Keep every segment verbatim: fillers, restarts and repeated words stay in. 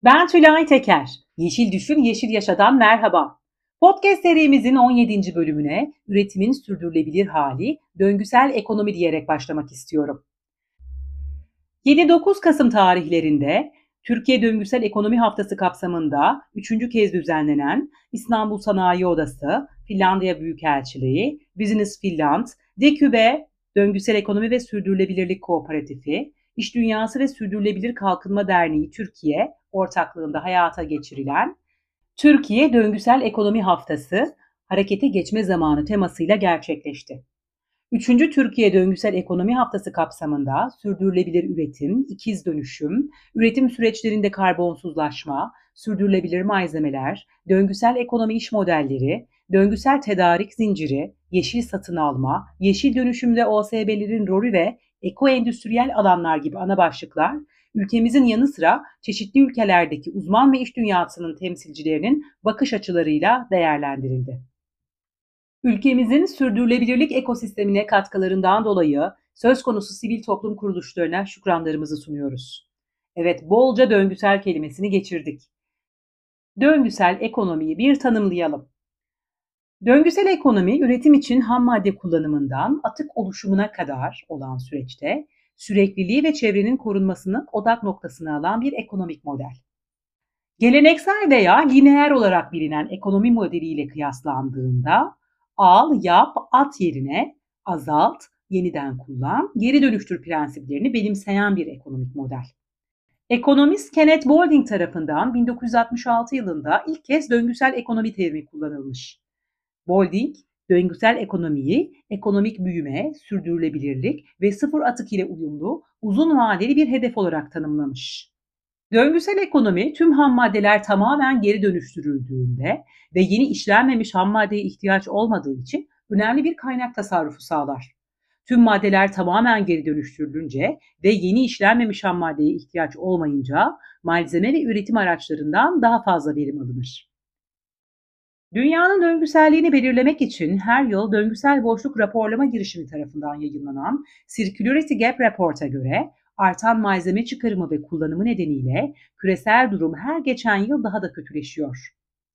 Ben Tülay Teker. Yeşil Düşün, Yeşil Yaşadan merhaba. Podcast serimizin on yedinci bölümüne üretimin sürdürülebilir hali, döngüsel ekonomi diyerek başlamak istiyorum. yedi dokuz Kasım tarihlerinde Türkiye Döngüsel Ekonomi Haftası kapsamında üçüncü kez düzenlenen İstanbul Sanayi Odası, Finlandiya Büyükelçiliği, Business Finland, DİKÜBE, Döngüsel Ekonomi ve Sürdürülebilirlik Kooperatifi, İş Dünyası ve Sürdürülebilir Kalkınma Derneği Türkiye ortaklığında hayata geçirilen Türkiye Döngüsel Ekonomi Haftası harekete geçme zamanı temasıyla gerçekleşti. Üçüncü Türkiye Döngüsel Ekonomi Haftası kapsamında sürdürülebilir üretim, ikiz dönüşüm, üretim süreçlerinde karbonsuzlaşma, sürdürülebilir malzemeler, döngüsel ekonomi iş modelleri, döngüsel tedarik zinciri, yeşil satın alma, yeşil dönüşümde O S B'lerin rolü ve ekoendüstriyel alanlar gibi ana başlıklar, ülkemizin yanı sıra çeşitli ülkelerdeki uzman ve iş dünyasının temsilcilerinin bakış açılarıyla değerlendirildi. Ülkemizin sürdürülebilirlik ekosistemine katkılarından dolayı söz konusu sivil toplum kuruluşlarına şükranlarımızı sunuyoruz. Evet, bolca döngüsel kelimesini geçirdik. Döngüsel ekonomiyi bir tanımlayalım. Döngüsel ekonomi, üretim için ham madde kullanımından atık oluşumuna kadar olan süreçte sürekliliği ve çevrenin korunmasını odak noktasına alan bir ekonomik model. Geleneksel veya lineer olarak bilinen ekonomi modeliyle kıyaslandığında al, yap, at yerine azalt, yeniden kullan, geri dönüştür prensiplerini benimseyen bir ekonomik model. Ekonomist Kenneth Boulding tarafından bin dokuz yüz altmış altı yılında ilk kez döngüsel ekonomi terimi kullanılmış. Boulding, döngüsel ekonomiyi ekonomik büyüme, sürdürülebilirlik ve sıfır atık ile uyumlu, uzun vadeli bir hedef olarak tanımlamış. Döngüsel ekonomi tüm ham maddeler tamamen geri dönüştürüldüğünde ve yeni işlenmemiş ham maddeye ihtiyaç olmadığı için önemli bir kaynak tasarrufu sağlar. Tüm maddeler tamamen geri dönüştürülünce ve yeni işlenmemiş ham maddeye ihtiyaç olmayınca malzeme ve üretim araçlarından daha fazla verim alınır. Dünyanın döngüselliğini belirlemek için her yıl döngüsel boşluk raporlama girişimi tarafından yayınlanan Circularity Gap Report'a göre artan malzeme çıkarımı ve kullanımı nedeniyle küresel durum her geçen yıl daha da kötüleşiyor.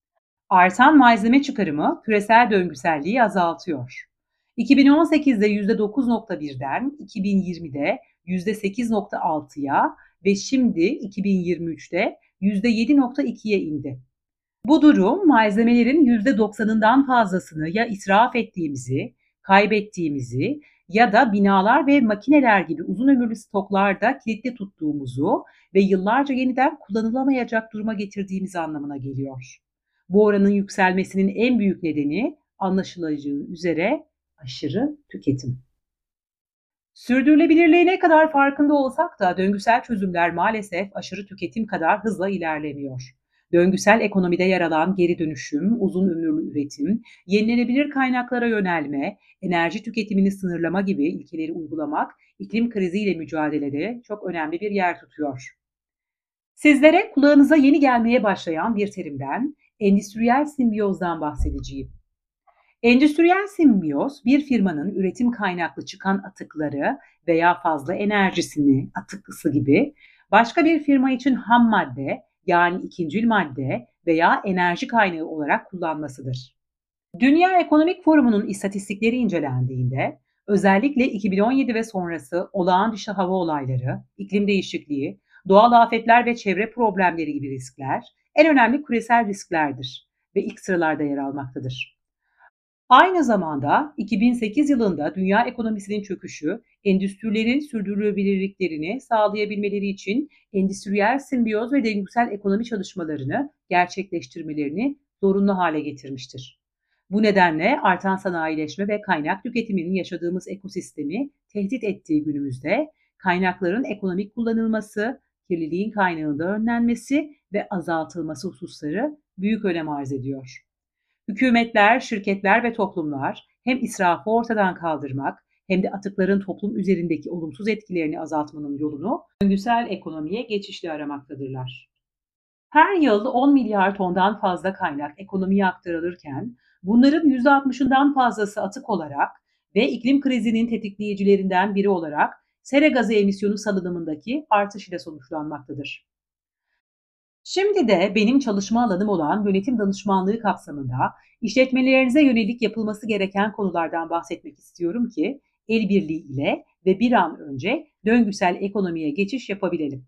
Artan malzeme çıkarımı küresel döngüselliği azaltıyor. iki bin on sekizde yüzde dokuz virgül birden iki bin yirmide yüzde sekiz virgül altıya ve şimdi iki bin yirmi üçte yüzde yedi virgül ikiye indi. Bu durum malzemelerin yüzde doksanından fazlasını ya israf ettiğimizi, kaybettiğimizi ya da binalar ve makineler gibi uzun ömürlü stoklarda kilitli tuttuğumuzu ve yıllarca yeniden kullanılamayacak duruma getirdiğimiz anlamına geliyor. Bu oranın yükselmesinin en büyük nedeni anlaşılacağı üzere aşırı tüketim. Sürdürülebilirliğe ne kadar farkında olsak da döngüsel çözümler maalesef aşırı tüketim kadar hızla ilerlemiyor. Döngüsel ekonomide yer alan geri dönüşüm, uzun ömürlü üretim, yenilenebilir kaynaklara yönelme, enerji tüketimini sınırlama gibi ilkeleri uygulamak iklim kriziyle mücadelede çok önemli bir yer tutuyor. Sizlere kulağınıza yeni gelmeye başlayan bir terimden, endüstriyel simbiyozdan bahsedeceğim. Endüstriyel simbiyoz, bir firmanın üretim kaynaklı çıkan atıkları veya fazla enerjisini, atık ısı gibi başka bir firma için ham madde, yani ikincil madde veya enerji kaynağı olarak kullanmasıdır. Dünya Ekonomik Forumu'nun istatistikleri incelendiğinde, özellikle iki bin on yedi ve sonrası olağan dışı hava olayları, iklim değişikliği, doğal afetler ve çevre problemleri gibi riskler en önemli küresel risklerdir ve ilk sıralarda yer almaktadır. Aynı zamanda iki bin sekiz yılında dünya ekonomisinin çöküşü, endüstrilerin sürdürülebilirliklerini sağlayabilmeleri için endüstriyel simbiyoz ve döngüsel ekonomi çalışmalarını gerçekleştirmelerini zorunlu hale getirmiştir. Bu nedenle artan sanayileşme ve kaynak tüketiminin yaşadığımız ekosistemi tehdit ettiği günümüzde kaynakların ekonomik kullanılması, kirliliğin kaynağında önlenmesi ve azaltılması hususları büyük önem arz ediyor. Hükümetler, şirketler ve toplumlar hem israfı ortadan kaldırmak hem de atıkların toplum üzerindeki olumsuz etkilerini azaltmanın yolunu döngüsel ekonomiye geçişle aramaktadırlar. Her yıl on milyar tondan fazla kaynak ekonomiye aktarılırken bunların yüzde altmışından fazlası atık olarak ve iklim krizinin tetikleyicilerinden biri olarak sera gazı emisyonu salınımındaki artış ile sonuçlanmaktadır. Şimdi de benim çalışma alanım olan yönetim danışmanlığı kapsamında işletmelerinize yönelik yapılması gereken konulardan bahsetmek istiyorum ki el birliği ile ve bir an önce döngüsel ekonomiye geçiş yapabilelim.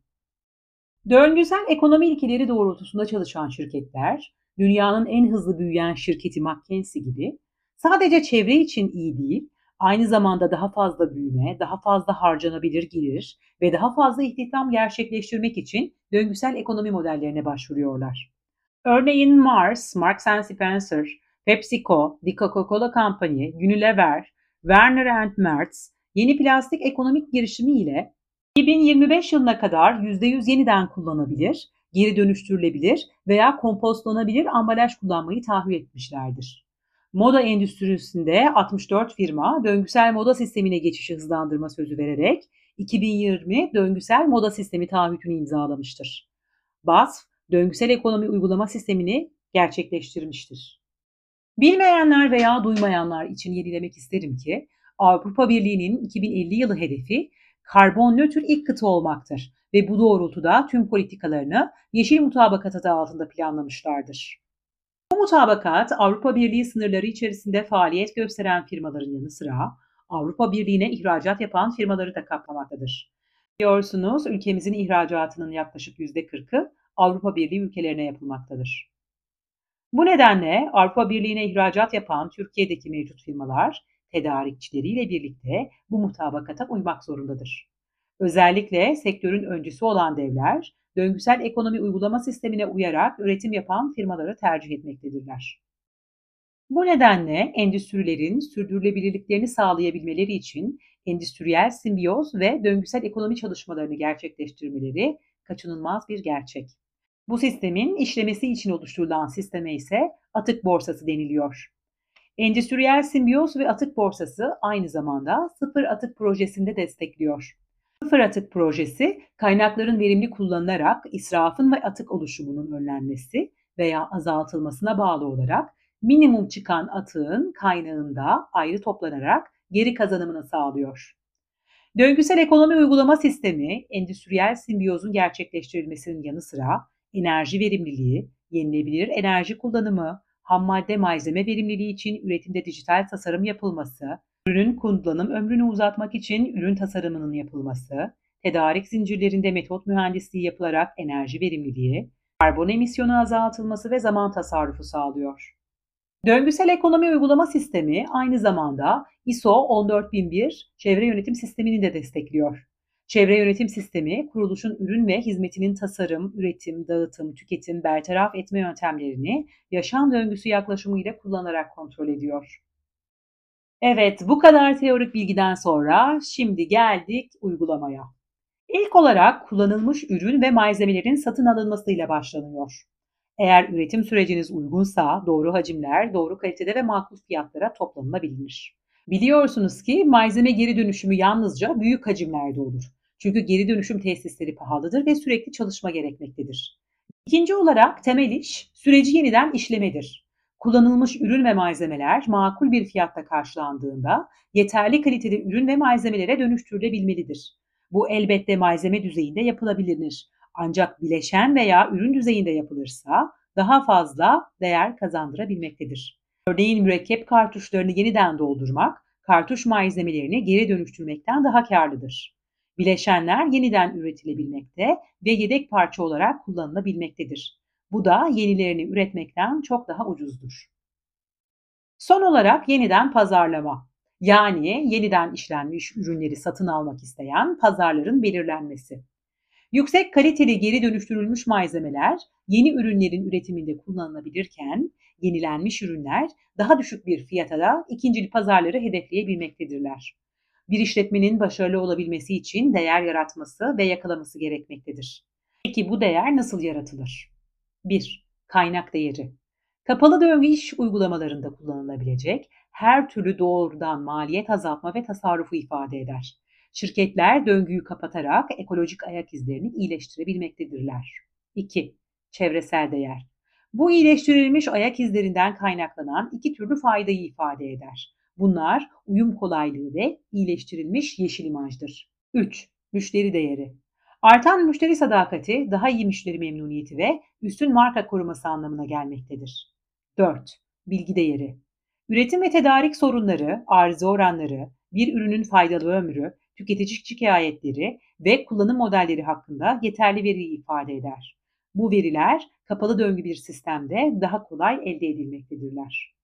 Döngüsel ekonomi ilkeleri doğrultusunda çalışan şirketler, dünyanın en hızlı büyüyen şirketi McKinsey gibi sadece çevre için iyi değil, aynı zamanda daha fazla büyüme, daha fazla harcanabilir gelir ve daha fazla istihdam gerçekleştirmek için döngüsel ekonomi modellerine başvuruyorlar. Örneğin Mars, Marks and Spencer, PepsiCo, The Coca-Cola Company, Unilever, Werner and Merz yeni plastik ekonomik girişimi ile iki bin yirmi beş yılına kadar yüzde yüz yeniden kullanabilir, geri dönüştürülebilir veya kompostlanabilir ambalaj kullanmayı taahhüt etmişlerdir. Moda endüstrisinde altmış dört firma döngüsel moda sistemine geçişi hızlandırma sözü vererek iki bin yirmi döngüsel moda sistemi taahhütünü imzalamıştır. B A S F, döngüsel ekonomi uygulama sistemini gerçekleştirmiştir. Bilmeyenler veya duymayanlar için yenilemek isterim ki Avrupa Birliği'nin iki bin elli yılı hedefi karbon nötr ilk kıta olmaktır ve bu doğrultuda tüm politikalarını Yeşil Mutabakat adı altında planlamışlardır. Bu mutabakat Avrupa Birliği sınırları içerisinde faaliyet gösteren firmaların yanı sıra Avrupa Birliği'ne ihracat yapan firmaları da kaplamaktadır. Biliyorsunuz ülkemizin ihracatının yaklaşık yüzde kırkı Avrupa Birliği ülkelerine yapılmaktadır. Bu nedenle Avrupa Birliği'ne ihracat yapan Türkiye'deki mevcut firmalar tedarikçileriyle birlikte bu mutabakata uymak zorundadır. Özellikle sektörün öncüsü olan devler, döngüsel ekonomi uygulama sistemine uyarak üretim yapan firmaları tercih etmektedirler. Bu nedenle endüstrilerin sürdürülebilirliklerini sağlayabilmeleri için endüstriyel simbiyoz ve döngüsel ekonomi çalışmalarını gerçekleştirmeleri kaçınılmaz bir gerçek. Bu sistemin işlemesi için oluşturulan sisteme ise atık borsası deniliyor. Endüstriyel simbiyoz ve atık borsası aynı zamanda sıfır atık projesinde destekliyor. Sıfır atık projesi, kaynakların verimli kullanılarak israfın ve atık oluşumunun önlenmesi veya azaltılmasına bağlı olarak minimum çıkan atığın kaynağında ayrı toplanarak geri kazanımını sağlıyor. Döngüsel ekonomi uygulama sistemi, endüstriyel simbiyozun gerçekleştirilmesinin yanı sıra enerji verimliliği, yenilebilir enerji kullanımı, hammadde malzeme verimliliği için üretimde dijital tasarım yapılması, ürünün kullanım ömrünü uzatmak için ürün tasarımının yapılması, tedarik zincirlerinde metot mühendisliği yapılarak enerji verimliliği, karbon emisyonu azaltılması ve zaman tasarrufu sağlıyor. Döngüsel ekonomi uygulama sistemi aynı zamanda I S O on dört bin bir çevre yönetim sistemini de destekliyor. Çevre yönetim sistemi, kuruluşun ürün ve hizmetinin tasarım, üretim, dağıtım, tüketim, bertaraf etme yöntemlerini yaşam döngüsü yaklaşımıyla kullanarak kontrol ediyor. Evet, bu kadar teorik bilgiden sonra şimdi geldik uygulamaya. İlk olarak kullanılmış ürün ve malzemelerin satın alınmasıyla başlanıyor. Eğer üretim süreciniz uygunsa doğru hacimler, doğru kalitede ve makul fiyatlara toplanılabilir. Biliyorsunuz ki malzeme geri dönüşümü yalnızca büyük hacimlerde olur. Çünkü geri dönüşüm tesisleri pahalıdır ve sürekli çalışma gerekmektedir. İkinci olarak temel iş süreci yeniden işlemedir. Kullanılmış ürün ve malzemeler makul bir fiyatta karşılandığında yeterli kalitede ürün ve malzemelere dönüştürülebilmelidir. Bu elbette malzeme düzeyinde yapılabilir. Ancak bileşen veya ürün düzeyinde yapılırsa daha fazla değer kazandırabilmektedir. Örneğin mürekkep kartuşlarını yeniden doldurmak, kartuş malzemelerini geri dönüştürmekten daha karlıdır. Bileşenler yeniden üretilebilmekte ve yedek parça olarak kullanılabilmektedir. Bu da yenilerini üretmekten çok daha ucuzdur. Son olarak yeniden pazarlama, yani yeniden işlenmiş ürünleri satın almak isteyen pazarların belirlenmesi. Yüksek kaliteli geri dönüştürülmüş malzemeler yeni ürünlerin üretiminde kullanılabilirken yenilenmiş ürünler daha düşük bir fiyata da ikincil pazarları hedefleyebilmektedirler. Bir işletmenin başarılı olabilmesi için değer yaratması ve yakalaması gerekmektedir. Peki bu değer nasıl yaratılır? bir. Kaynak değeri. Kapalı döngü iş uygulamalarında kullanılabilecek her türlü doğrudan maliyet azaltma ve tasarrufu ifade eder. Şirketler döngüyü kapatarak ekolojik ayak izlerini iyileştirebilmektedirler. iki. Çevresel değer. Bu iyileştirilmiş ayak izlerinden kaynaklanan iki türlü faydayı ifade eder. Bunlar uyum kolaylığı ve iyileştirilmiş yeşil imajdır. üç. Müşteri değeri. Artan müşteri sadakati, daha iyi müşteri memnuniyeti ve üstün marka koruması anlamına gelmektedir. dört. Bilgi değeri. Üretim ve tedarik sorunları, arıza oranları, bir ürünün faydalı ömrü, tüketici şikayetleri ve kullanım modelleri hakkında yeterli veriyi ifade eder. Bu veriler kapalı döngü bir sistemde daha kolay elde edilmektedirler.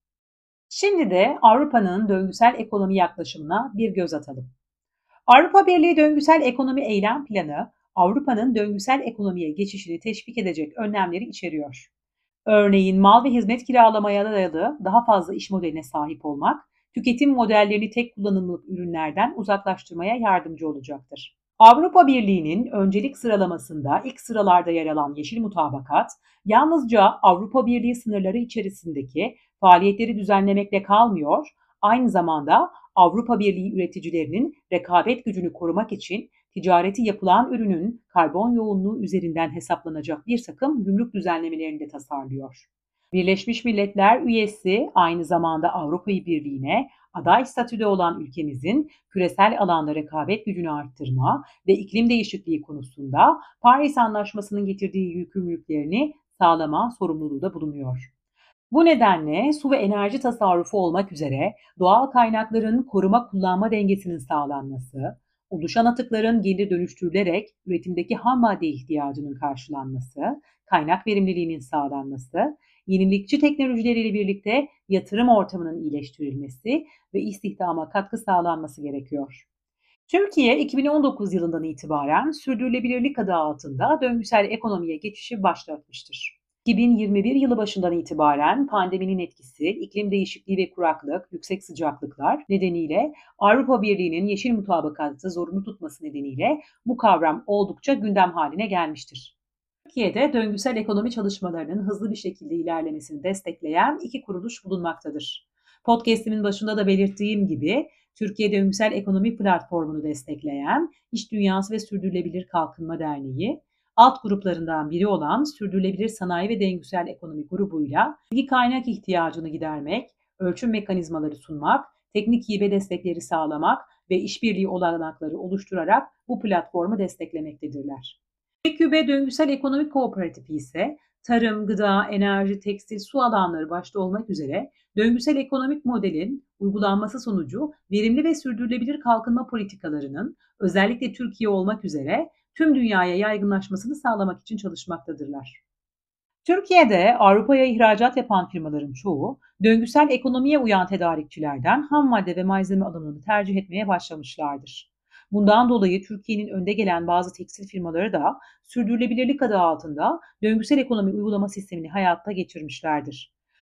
Şimdi de Avrupa'nın döngüsel ekonomi yaklaşımına bir göz atalım. Avrupa Birliği Döngüsel Ekonomi Eylem Planı, Avrupa'nın döngüsel ekonomiye geçişini teşvik edecek önlemleri içeriyor. Örneğin mal ve hizmet kiralamaya dayalı daha fazla iş modeline sahip olmak, tüketim modellerini tek kullanımlık ürünlerden uzaklaştırmaya yardımcı olacaktır. Avrupa Birliği'nin öncelik sıralamasında ilk sıralarda yer alan Yeşil Mutabakat, yalnızca Avrupa Birliği sınırları içerisindeki faaliyetleri düzenlemekle kalmıyor, aynı zamanda Avrupa Birliği üreticilerinin rekabet gücünü korumak için ticareti yapılan ürünün karbon yoğunluğu üzerinden hesaplanacak bir takım gümrük düzenlemelerini de tasarlıyor. Birleşmiş Milletler üyesi aynı zamanda Avrupa Birliği'ne aday statüde olan ülkemizin küresel alanda rekabet gücünü arttırma ve iklim değişikliği konusunda Paris Anlaşması'nın getirdiği yükümlülüklerini sağlama sorumluluğu da bulunuyor. Bu nedenle su ve enerji tasarrufu olmak üzere doğal kaynakların koruma kullanma dengesinin sağlanması, oluşan atıkların geri dönüştürülerek üretimdeki ham madde ihtiyacının karşılanması, kaynak verimliliğinin sağlanması, yenilikçi teknolojileriyle birlikte yatırım ortamının iyileştirilmesi ve istihdama katkı sağlanması gerekiyor. Türkiye iki bin on dokuz yılından itibaren sürdürülebilirlik adı altında döngüsel ekonomiye geçişi başlatmıştır. iki bin yirmi bir yılı başından itibaren pandeminin etkisi, iklim değişikliği ve kuraklık, yüksek sıcaklıklar nedeniyle Avrupa Birliği'nin yeşil mutabakatı zorunlu tutması nedeniyle bu kavram oldukça gündem haline gelmiştir. Türkiye'de döngüsel ekonomi çalışmalarının hızlı bir şekilde ilerlemesini destekleyen iki kuruluş bulunmaktadır. Podcast'imin başında da belirttiğim gibi Türkiye Döngüsel Ekonomi Platformu'nu destekleyen İş Dünyası ve Sürdürülebilir Kalkınma Derneği, alt gruplarından biri olan Sürdürülebilir Sanayi ve Döngüsel Ekonomi grubuyla bilgi kaynak ihtiyacını gidermek, ölçüm mekanizmaları sunmak, teknik hibe destekleri sağlamak ve işbirliği olanakları oluşturarak bu platformu desteklemektedirler. TÜBE Döngüsel Ekonomi Kooperatifi ise tarım, gıda, enerji, tekstil, su alanları başta olmak üzere döngüsel ekonomik modelin uygulanması sonucu verimli ve sürdürülebilir kalkınma politikalarının özellikle Türkiye olmak üzere tüm dünyaya yaygınlaşmasını sağlamak için çalışmaktadırlar. Türkiye'de Avrupa'ya ihracat yapan firmaların çoğu döngüsel ekonomiye uyan tedarikçilerden ham madde ve malzeme alımını tercih etmeye başlamışlardır. Bundan dolayı Türkiye'nin önde gelen bazı tekstil firmaları da sürdürülebilirlik adı altında döngüsel ekonomi uygulama sistemini hayata geçirmişlerdir.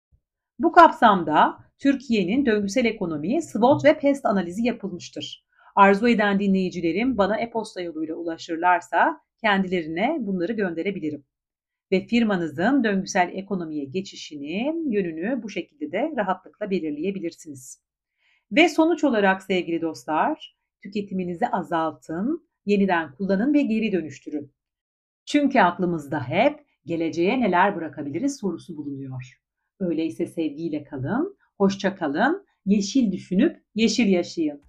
Bu kapsamda Türkiye'nin döngüsel ekonomiyi SWOT ve PEST analizi yapılmıştır. Arzu eden dinleyicilerim bana e-posta yoluyla ulaşırlarsa kendilerine bunları gönderebilirim. Ve firmanızın döngüsel ekonomiye geçişinin yönünü bu şekilde de rahatlıkla belirleyebilirsiniz. Ve sonuç olarak sevgili dostlar, tüketiminizi azaltın, yeniden kullanın ve geri dönüştürün. Çünkü aklımızda hep geleceğe neler bırakabiliriz sorusu bulunuyor. Öyleyse sevgiyle kalın, hoşça kalın, yeşil düşünüp yeşil yaşayın.